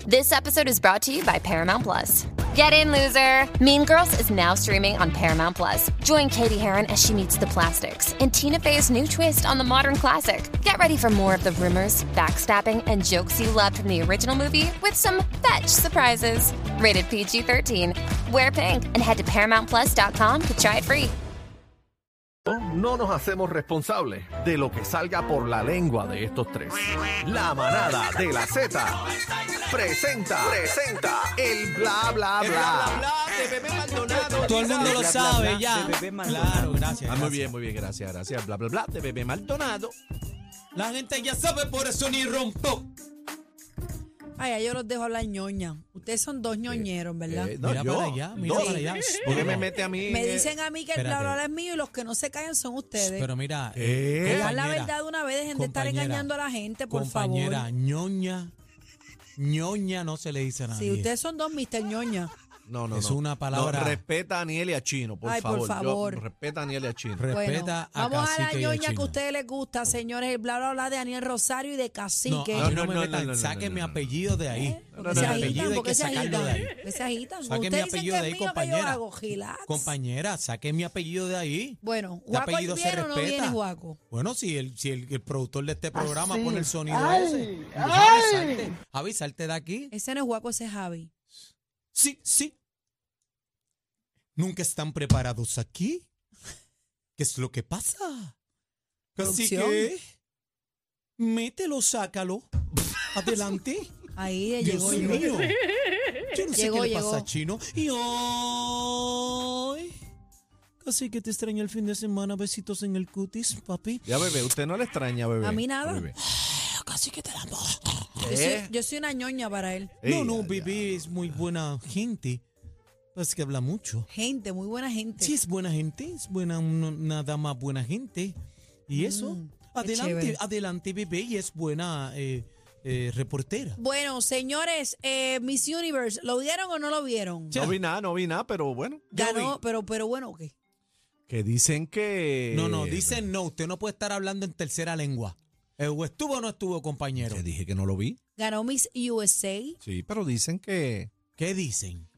This episode is brought to you by Paramount Plus. Get in, loser! Mean Girls is now streaming on Paramount Plus. Join Katie Heron as she meets the plastics in Tina Fey's new twist on the modern classic. Get ready for more of the rumors, backstabbing, and jokes you loved from the original movie with some fetch surprises. Rated PG-13. Wear pink and head to ParamountPlus.com to try it free. No nos hacemos responsables de lo que salga por la lengua de estos tres. La manada de la Z presenta el bla bla bla de Bebé Maldonado. Todo el mundo lo sabe ya. De Bebé Maldonado. Claro, gracias. Muy bien, gracias. Bla bla bla de Bebé Maldonado. La gente ya sabe, por eso ni rompo. Ay, yo los dejo hablar ñoña. Ustedes son dos ñoñeros, ¿verdad? No, Mira yo, para allá, mira no. para allá. ¿Por qué me mete a mí? Me dicen a mí que el bla espérate. bla bla es mío y los que no se callan son ustedes. Pero mira, Digan la compañera, verdad de una vez, dejen de estar compañera, engañando a la gente, por compañera, favor. ñoña no se le dice a nadie. Si ustedes son dos Mr. ñoña. No. Es una palabra- No, respeta a Aniel y a Chino, por Ay, favor. por favor. Respeta a Aniel y a Chino. Respeta a vamos a la Cacique y a ñoña que a Chino. ustedes les gusta, señores. El bla bla bla de Daniel Rosario y de No, Cacique. a mí no, No, me no, metan, no, no, saquen no, mi no. apellido de ahí. ¿Por Mi qué se apellido agitan? hay ¿Por que qué se sacarlo de agitan? ahí. ¿Por qué se agitan? Saquen mi Ustedes dicen apellido que de es ahí, mío, que yo compañera. hago. Relax. Compañera, saquen mi apellido de ahí. Bueno, ¿Este ¿Juaco apellido se viene o no respeta? viene, Juaco? Bueno, si el productor de este programa pone el sonido ese. Entonces, Javi, salte de aquí. Ese no es Juaco, ese es Javi. Sí. ¿Nunca están preparados aquí? ¿Qué es lo que pasa? Así Producción. que, mételo, sácalo. Adelante. Ahí Dios llegó. mío. Yo no sé Llegó, qué le llegó. pasa a Chino. Y hoy, casi que te extraña el fin de semana. Besitos en el cutis, papi. Ya, bebé, usted no le extraña, bebé. A mí nada. Bebé. Casi que te la amo. Yo soy una ñoña para él. Ey, No, ya, bebé es muy buena gente. Es que habla mucho. Gente, muy buena gente. Sí, es buena gente, es buena, una dama buena gente. Y eso, qué chévere. adelante, bebé, y es buena reportera. Bueno, señores, Miss Universe, ¿lo vieron o no lo vieron? Ya. No vi nada, pero bueno. yo Ganó, vi pero bueno, ¿qué? que dicen que... No, dicen no, usted no puede estar hablando en tercera lengua. ¿O estuvo o no estuvo, compañero? Que dije que no lo vi. Ganó Miss USA. Sí, pero dicen que ¿Qué dicen?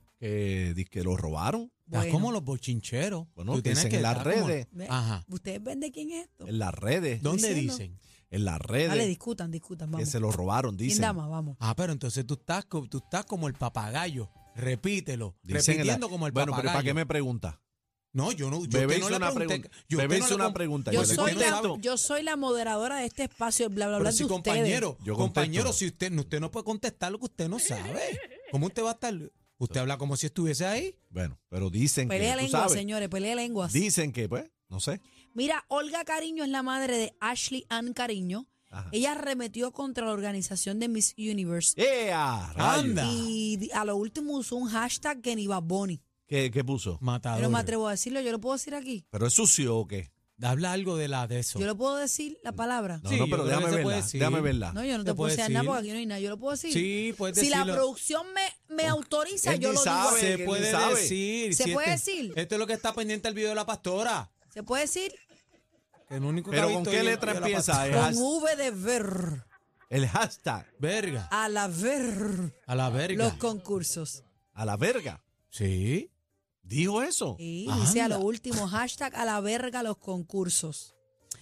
lo robaron. Bueno. Como los bochincheros. Bueno, Tú tienes dicen en las estar como- redes. Ve, Ajá. ¿Ustedes ven de quién es esto? En las redes. ¿Dónde diciendo. dicen? En las redes. Dale, discutan, que vamos. se lo robaron, ¿Quién dicen. da más? Vamos. Ah, pero entonces tú estás como el papagayo. Repítelo. Dicen en la- repitiendo como el Bueno, papagayo. pero ¿para qué me pregunta? No, yo no. Yo Bebé usted no hizo le una pregunté. pregunta. Yo Bebé usted no hizo le una con- pregunta. Yo le soy, contesto. yo soy la moderadora de este espacio, bla, bla, bla Pero de si ustedes. compañero, Yo compañero, contesto. si usted no puede contestar lo que usted no sabe. ¿Cómo usted va a estar? Usted habla como si estuviese ahí. Bueno, pero dicen Pelea que, tú lenguas, sabes, señores, pelea lenguas. dicen que, pues, no sé. Mira, Olga Cariño es la madre de Ashley Ann Cariño. Ajá. Ella arremetió contra la organización de Miss Universe. ¡Ea! rayos! Anda. Y a lo último usó un hashtag que ni Bad Bunny. ¿Qué puso? Yo Matador. no me atrevo a decirlo, yo lo puedo decir aquí. ¿Pero es sucio o qué? Habla algo de eso. Yo lo puedo decir la palabra. No, Sí, no, yo pero creo que déjame se puede verla. decir. Déjame verla. No, yo no Se te puedo puede decir nada decir. porque aquí no hay nada. Yo lo puedo decir. Sí, puedes Si la decirlo. producción me autoriza, Él yo ni lo sabe. digo. que Se él puede ni sabe. decir. ¿Se si puede este- decir? Esto es lo que está pendiente del video de la pastora. ¿Se puede decir? Que el único que ¿Pero ha con visto qué es el letra video de la empieza? pastora. Con V de ver. El hashtag. Verga. A la ver. A la verga. Los concursos. A la verga. Sí. ¿Dijo eso? Y Anda. dice a lo último, hashtag a la verga los concursos.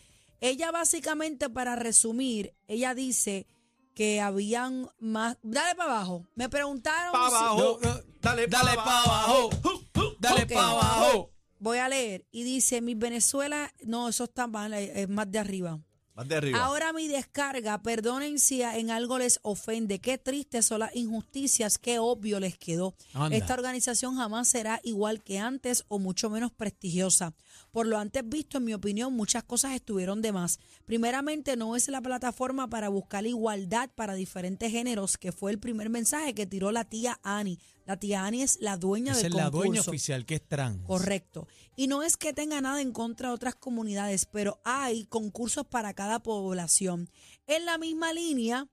Ella básicamente, para resumir, ella dice que habían más... Dale para abajo. Me preguntaron... Pa' si- abajo. Dale Dale pa' para abajo. Dale Ok. para abajo. Voy a leer. Y dice, mi Venezuela... No, eso está mal, es más de arriba. Más de arriba. Ahora mi descarga, perdonen si en algo les ofende. Qué tristes son las injusticias, qué obvio les quedó. Anda. Esta organización jamás será igual que antes o mucho menos prestigiosa. Por lo antes visto, en mi opinión, muchas cosas estuvieron de más. Primeramente, no es la plataforma para buscar igualdad para diferentes géneros, que fue el primer mensaje que tiró la tía Ani. La tía Ani es la dueña Esa del es la dueña concurso. oficial que es trans. Correcto. Y no es que tenga nada en contra de otras comunidades, pero hay concursos para cada población. En la misma línea,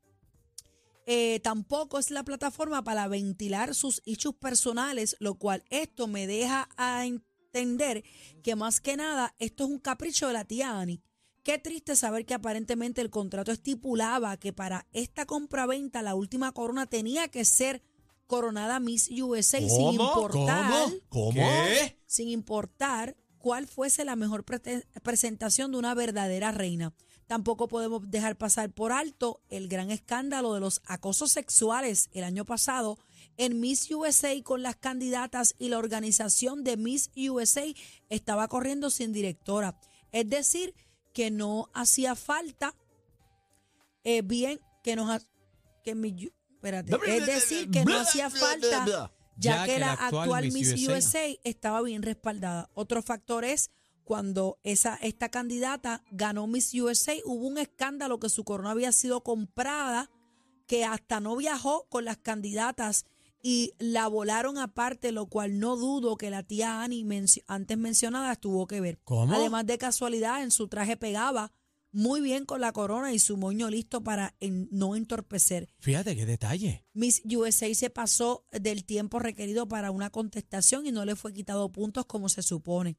tampoco es la plataforma para ventilar sus issues personales, lo cual esto me deja a entender que más que nada esto es un capricho de la tía Ani, Qué triste saber que aparentemente el contrato estipulaba que para esta compraventa la última corona tenía que ser coronada Miss USA sin importar, ¿Qué? sin importar cuál fuese la mejor presentación de una verdadera reina. Tampoco podemos dejar pasar por alto el gran escándalo de los acosos sexuales el año pasado en Miss USA con las candidatas, y la organización de Miss USA estaba corriendo sin directora. Es decir, que no hacía falta es decir, que no hacía falta, ya que la actual Miss USA estaba bien respaldada. Otro factor es cuando esta candidata ganó Miss USA, hubo un escándalo que su corona había sido comprada, que hasta no viajó con las candidatas y la volaron aparte, lo cual no dudo que la tía Annie antes mencionada tuvo que ver. ¿Cómo? Además de casualidad, en su traje pegaba muy bien con la corona y su moño listo para no entorpecer. Fíjate qué detalle. Miss USA se pasó del tiempo requerido para una contestación y no le fue quitado puntos como se supone.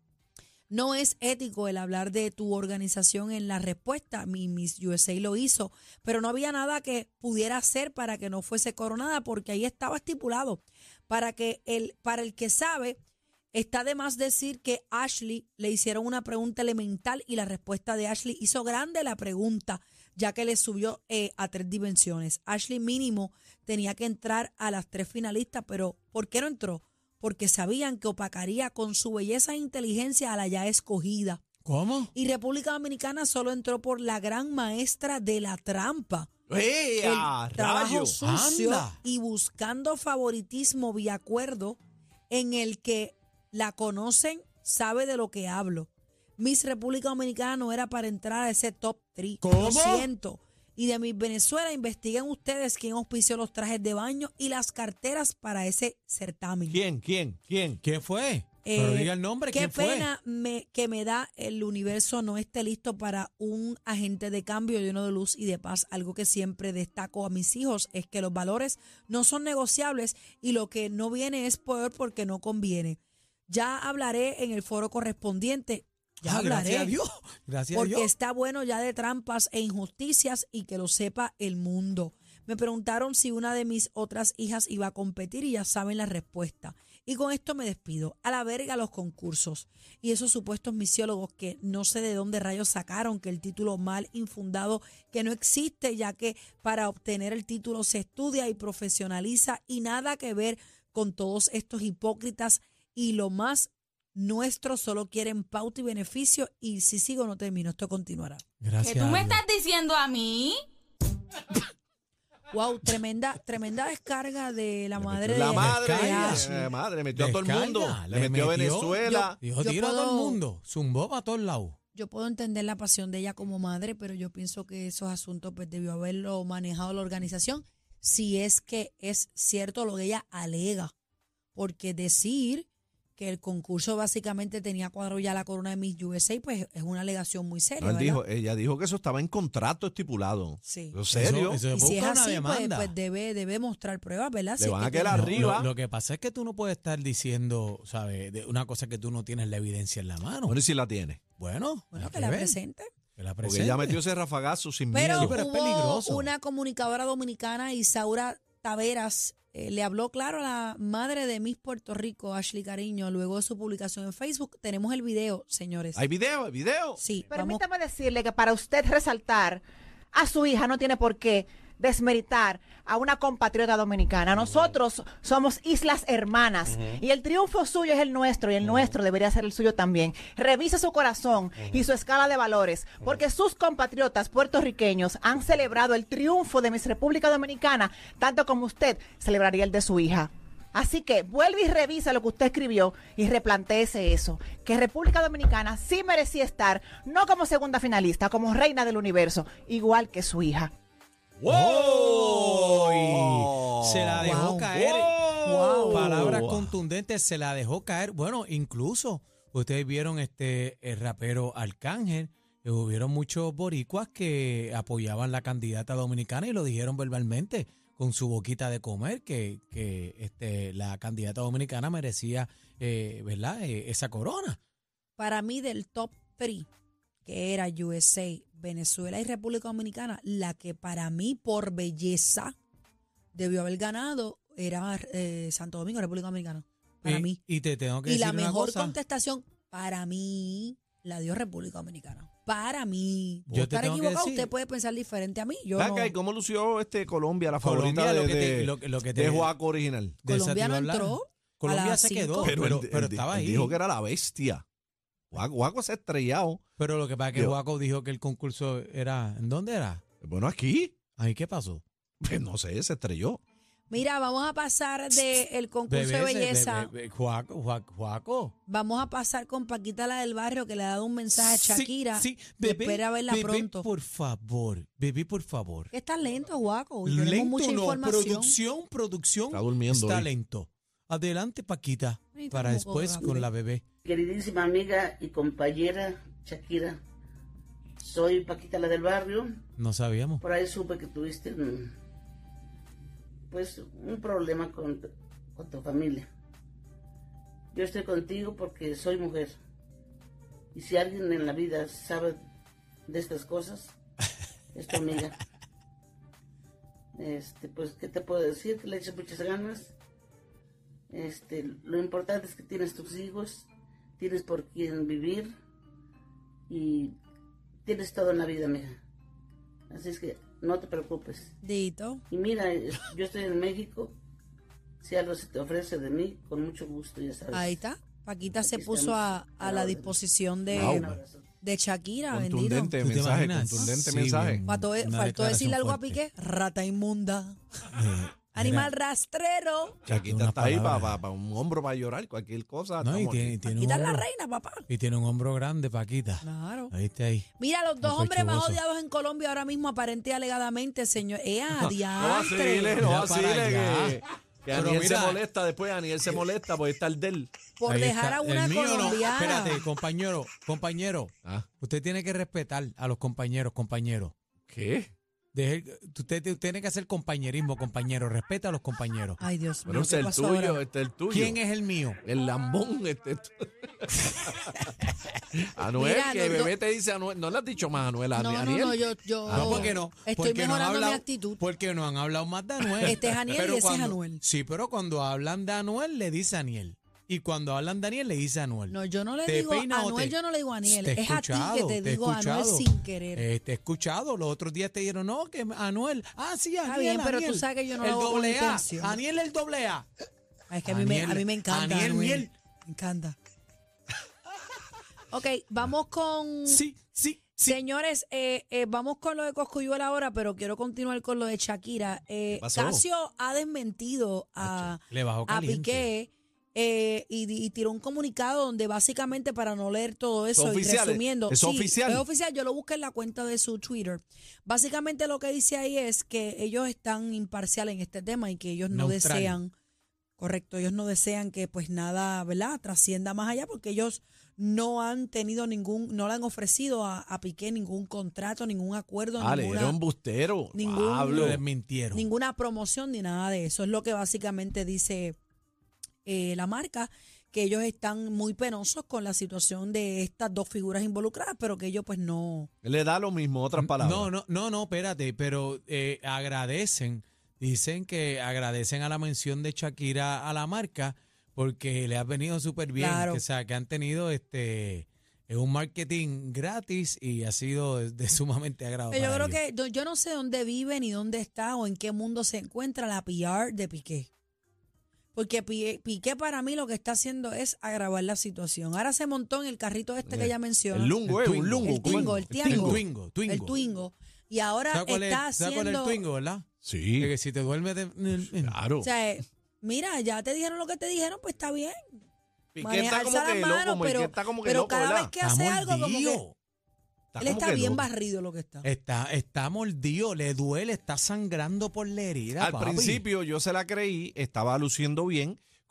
No es ético el hablar de tu organización en la respuesta. Miss USA lo hizo, pero no había nada que pudiera hacer para que no fuese coronada, porque ahí estaba estipulado. Para el que sabe, está de más decir que Ashley le hicieron una pregunta elemental y la respuesta de Ashley hizo grande la pregunta, ya que le subió a 3 dimensiones. Ashley mínimo tenía que entrar a las 3 finalistas, pero ¿por qué no entró? Porque sabían que opacaría con su belleza e inteligencia a la ya escogida. ¿Cómo? Y República Dominicana solo entró por la gran maestra de la trampa. ¡Ea, El trabajo rayos! sucio ¡Anda! y buscando favoritismo vía acuerdo en el que la conocen, sabe de lo que hablo. Miss República Dominicana no era para entrar a ese top 3. ¿Cómo? Lo siento. Y de Miss Venezuela, investiguen ustedes quién auspició los trajes de baño y las carteras para ese certamen. ¿Quién? ¿Quién fue? Pero diga el nombre, Qué ¿quién fue? pena que me da el universo no esté listo para un agente de cambio lleno de luz y de paz. Algo que siempre destaco a mis hijos es que los valores no son negociables y lo que no viene es peor porque no conviene. Ya hablaré en el foro correspondiente. Ya hablaré. Gracias a Dios. Gracias a Porque Dios. está bueno ya de trampas e injusticias y que lo sepa el mundo. Me preguntaron si una de mis otras hijas iba a competir y ya saben la respuesta. Y con esto me despido. A la verga los concursos. Y esos supuestos misiólogos que no sé de dónde rayos sacaron que el título mal infundado, que no existe, ya que para obtener el título se estudia y profesionaliza, y nada que ver con todos estos hipócritas, y lo más nuestro solo quieren pauta y beneficio, y si sigo no termino, esto continuará. Gracias. ¿Qué tú me a Dios. estás diciendo a mí? Wow, tremenda descarga de la madre La de madre, de Ashley. madre, metió a todo el mundo. Descarga, Le metió a Venezuela. Dijo, Yo tira a todo el puedo- mundo. Zumbó para todos lados. Yo puedo entender la pasión de ella como madre, pero yo pienso que esos asuntos pues debió haberlo manejado la organización, si es que es cierto lo que ella alega, porque decir que el concurso básicamente tenía cuadro ya la corona de Miss USA, pues es una alegación muy seria, No, ¿verdad? ella dijo que eso estaba en contrato estipulado. Sí. ¿En serio? Eso Y si es busca una así, pues, demanda. pues debe mostrar pruebas, ¿verdad? Le Si van es a que quedar tiene- arriba. Lo que pasa es que tú no puedes estar diciendo, ¿sabes? De una cosa que tú no tienes la evidencia en la mano. Bueno, y si la tiene. Bueno, Bueno, hay que la ver. presente. Que la Porque presente. ella metió ese rafagazo sin Pero, miedo. pero es hubo peligroso. una comunicadora dominicana, Isaura Taveras, le habló claro a la madre de Miss Puerto Rico, Ashley Cariño, luego de su publicación en Facebook. Tenemos el video, señores. ¿Hay video? ¿Hay video? Sí, vamos. Permítame decirle que para usted resaltar a su hija no tiene por qué desmeritar a una compatriota dominicana. Nosotros somos islas hermanas y el triunfo suyo es el nuestro y el nuestro debería ser el suyo también. Revise su corazón y su escala de valores, porque sus compatriotas puertorriqueños han celebrado el triunfo de Miss República Dominicana tanto como usted celebraría el de su hija. Así que vuelve y revisa lo que usted escribió y replantéese eso, que República Dominicana sí merecía estar, no como segunda finalista, como reina del universo, igual que su hija. ¡Wow! Se la dejó Wow. caer. Wow. Palabras contundentes, se la dejó caer. Bueno, incluso ustedes vieron el rapero Arcángel. Hubieron muchos boricuas que apoyaban la candidata dominicana y lo dijeron verbalmente con su boquita de comer que la candidata dominicana merecía, ¿verdad? Esa corona. Para mí, del top 3, que era USA, Venezuela y República Dominicana, la que para mí, por belleza, debió haber ganado era Santo Domingo, República Dominicana. Para mí. Y te tengo que Y decir la una mejor cosa. contestación, para mí, la dio República Dominicana. Para mí. Puedo Yo te estar tengo que equivocado, decir- usted puede pensar diferente a mí. Yo Ven no. acá, ¿y cómo lució Colombia, la Colombia, favorita lo que de, te- lo que te- de Juaco original? de esa te Colombia iba no a hablar. entró. Colombia las se quedó, 5. pero estaba él ahí. dijo que era la bestia. Juaco se ha estrellado. Pero lo que pasa es que Yo- Juaco dijo que el concurso era. ¿En dónde era? Bueno, aquí, Ahí, ¿qué pasó? pues no sé, se estrelló. Mira, vamos a pasar del concurso de belleza. Juaco. Vamos a pasar con Paquita, la del barrio, que le ha dado un mensaje a Shakira. Sí, y bebé, espera verla bebé, pronto. por favor. Bebé, por favor. Que está lento, Guaco. Y tenemos Lento mucha no, información. producción. Está durmiendo Está hoy. lento. Adelante, Paquita, Ay, para como después grande. con la bebé. Queridísima amiga y compañera Shakira, soy Paquita, la del barrio. No sabíamos. Por ahí supe que tuviste un problema con tu familia. Yo estoy contigo porque soy mujer. Y si alguien en la vida sabe de estas cosas, es tu amiga. Pues, ¿qué te puedo decir? Que le eches muchas ganas. Lo importante es que tienes tus hijos, tienes por quién vivir y tienes todo en la vida, amiga. Así es que no te preocupes. Dito. Y mira, yo estoy en México. Si algo se te ofrece de mí, con mucho gusto, ya sabes. Ahí está. Paquita se Aquí puso estamos. a la disposición de, Wow. Un abrazo. de Shakira, bendito. Contundente ¿Tú te mensaje, imaginas? contundente Sí, mensaje. bien. Faltó, Una faltó declaración decirle algo a fuerte. Piqué. Rata inmunda. Eh, Animal rastrero. Chaquita Una está ahí palabra. para un hombro para llorar, cualquier cosa. No, y estamos aquí. tiene un Paquita es la hombro, reina, papá. y tiene un hombro grande, Paquita. Claro. Ahí está ahí. Mira, los dos Un hombres más pechugoso. odiados en Colombia ahora mismo, aparente y alegadamente, señor. No Diantre. vacile, no Mira vacile, para allá. que Pero Aniel mira. se molesta después, Aniel se molesta por estar del. Por Ahí dejar está. a una El mío no. colombiana. Espérate, compañero. Ah, Usted tiene que respetar a los compañeros. ¿qué? Usted tiene que hacer compañerismo, compañero. Respeta a los compañeros. Ay, Dios mío. Pero este ¿qué es el pasó tuyo, ahora? este es el tuyo. ¿Quién es el mío? El lambón. Anuel, Mira, que los bebé te dice Anuel. No le has dicho más Anuel a No, no, Aniel. no, yo No, ¿por qué no? estoy Porque no han mejorando mi hablado- actitud. Porque no han hablado más de Anuel. Este es Aniel Pero y ese es cuando- Anuel. Sí, pero cuando hablan de Anuel, le dice Aniel. Y cuando hablan de Anuel, le dice Anuel. No, yo no le ¿Te digo peina o Anuel, te- yo no le digo Aniel. Te he Es a ti que escuchado, te he digo Anuel escuchado. sin querer. Te he escuchado. Los otros días te dijeron, no, que Anuel. Ah, sí, Aniel. bien, pero tú Aniel. sabes que yo no el lo hago con doble A. intención. Aniel el doble A. Ay, es que a mí me Aniel, encanta. Aniel Anuel. Miel. Me encanta. Ok, vamos con... Sí. Señores, vamos con lo de Cosculluela ahora, pero quiero continuar con lo de Shakira. pasó? Casio ha desmentido a Le bajó caliente. Piqué y tiró un comunicado donde básicamente, para no leer todo eso y oficial, resumiendo, ¿es sí, oficial? es oficial, yo lo busqué en la cuenta de su Twitter. Básicamente lo que dice ahí es que ellos están imparciales en este tema y que ellos no Neutral. desean, correcto, ellos no desean que pues nada, ¿verdad?, trascienda más allá, porque ellos no han tenido no le han ofrecido a Piqué ningún contrato, ningún acuerdo, Vale, era un bustero. ningún- Pablo. Les mintieron. ninguna promoción ni nada de eso. Es lo que básicamente dice la marca, que ellos están muy penosos con la situación de estas dos figuras involucradas, pero que ellos pues no... Le da lo mismo, otras palabras. No, espérate, pero agradecen, dicen que agradecen a la mención de Shakira a la marca porque le ha venido súper bien, Claro. que, o sea, que han tenido un marketing gratis y ha sido de sumamente agrado. Pero yo para creo ellos. que yo no sé dónde vive ni dónde está o en qué mundo se encuentra la PR de Piqué. Porque Piqué para mí lo que está haciendo es agravar la situación. Ahora se montó en el carrito este que ella menciona. El lungo, El un Twingo. lungo. El Twingo, el Tiango. Twingo. El Twingo. Y ahora ¿Sabes cuál está es, ¿sabes cuál es el haciendo... Twingo, verdad? Sí, De que si te duermes claro. O sea, mira, ya te dijeron lo que te dijeron, pues está bien. Piqué está como Alza que la loco, mano, Piqué está como que pero loco, cada ¿verdad? vez que hace algo, como que mordido. él está como que bien loco. barrido lo que está. Está mordido, le duele, está sangrando por la herida, Al papi. principio yo se la creí, estaba luciendo bien,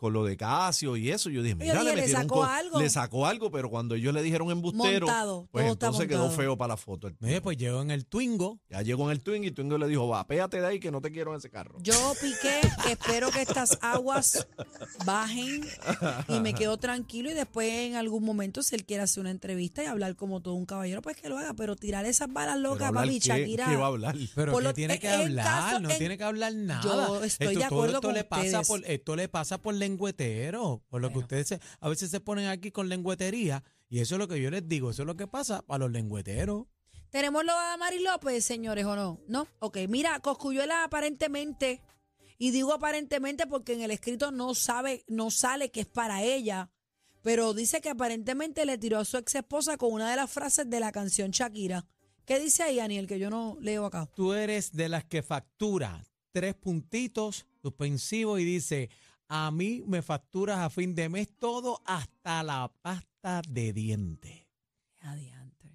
con lo de Casio y eso. Yo dije, Yo mira, dije, le ¿le metieron sacó algo? Le sacó algo, pero cuando ellos le dijeron embustero, Montado, pues todo está entonces quedó montado. feo para la foto. el tipo. Pues llegó en el Twingo. Ya llegó en el Twingo y Twingo le dijo, vapéate de ahí que no te quiero en ese carro. Yo piqué, espero que estas aguas bajen y me quedo tranquilo y después en algún momento si él quiere hacer una entrevista y hablar como todo un caballero, pues que lo haga, pero tirar esas balas Pero locas, hablar papi, ¿qué? Shakira. ¿Qué va a hablar? Pero Por que lo- tiene que en hablar, caso- no en- tiene que hablar nada. Yo estoy de acuerdo con le pasa ustedes. por, esto le pasa por lengüetero, por lo que ustedes a veces se ponen aquí con lengüetería y eso es lo que yo les digo, eso es lo que pasa para los lengüeteros. ¿Tenemos lo de Mari López, señores, o no? ¿No? Ok, mira, Cosculluela aparentemente, y digo aparentemente porque en el escrito no sale que es para ella, pero dice que aparentemente le tiró a su ex esposa con una de las frases de la canción Shakira. ¿Qué dice ahí, Aniel, que yo no leo acá? Tú eres de las que factura 3 puntitos suspensivos y dice, a mí me facturas a fin de mes todo hasta la pasta de diente. Adiante.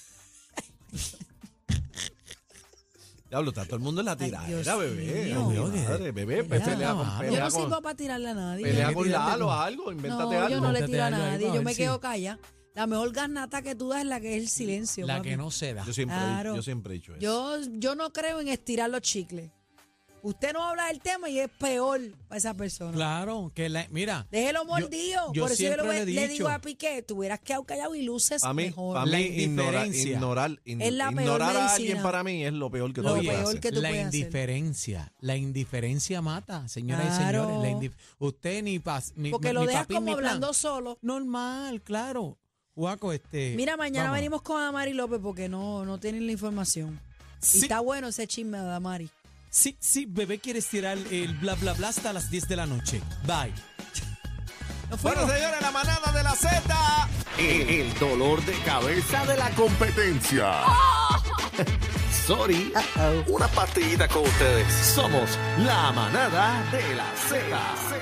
Diablo, está todo el mundo en la Ay, tiradera, Dios bebé. mío. Ay, Oye, madre, bebé, pelea, pelea con, mano. Yo pelea no con, sirvo para tirarle a nadie. pelea con Tirarte Lalo, con- algo, invéntate No, algo. yo no le Invéntate tiro a algo ahí nadie, para yo ver me si- quedo callada. La mejor garnata que tú das es la que es el silencio. La papi. que no se da. Yo siempre, Claro. yo siempre he dicho eso. Yo no creo en estirar los chicles. Usted no habla del tema y es peor para esa persona. Claro, que mira. Déjelo mordido. yo Por eso yo siempre le he digo dicho, a Piqué, tú hubieras quedado callado y luces A mí, mejor. a La mí indiferencia. Es la peor ignorar a medicina. alguien para mí es lo peor que Lo tú peor puedes hacer. que tú la puedes hacer. indiferencia mata, señoras y Claro. señores. Usted ni Porque lo dejas como hablando solo. Normal, claro. Juaco, Mira, mañana vamos. venimos con Adamari López porque no tienen la información. Y Sí, está bueno ese chisme de Adamari. sí, bebé quiere estirar el bla bla bla hasta las 10 de la noche. Bye. Nos Bueno, fuimos. señores, la manada de la Z. El dolor de cabeza de la competencia. Sorry. Una partidita con ustedes. Somos la manada de la Z.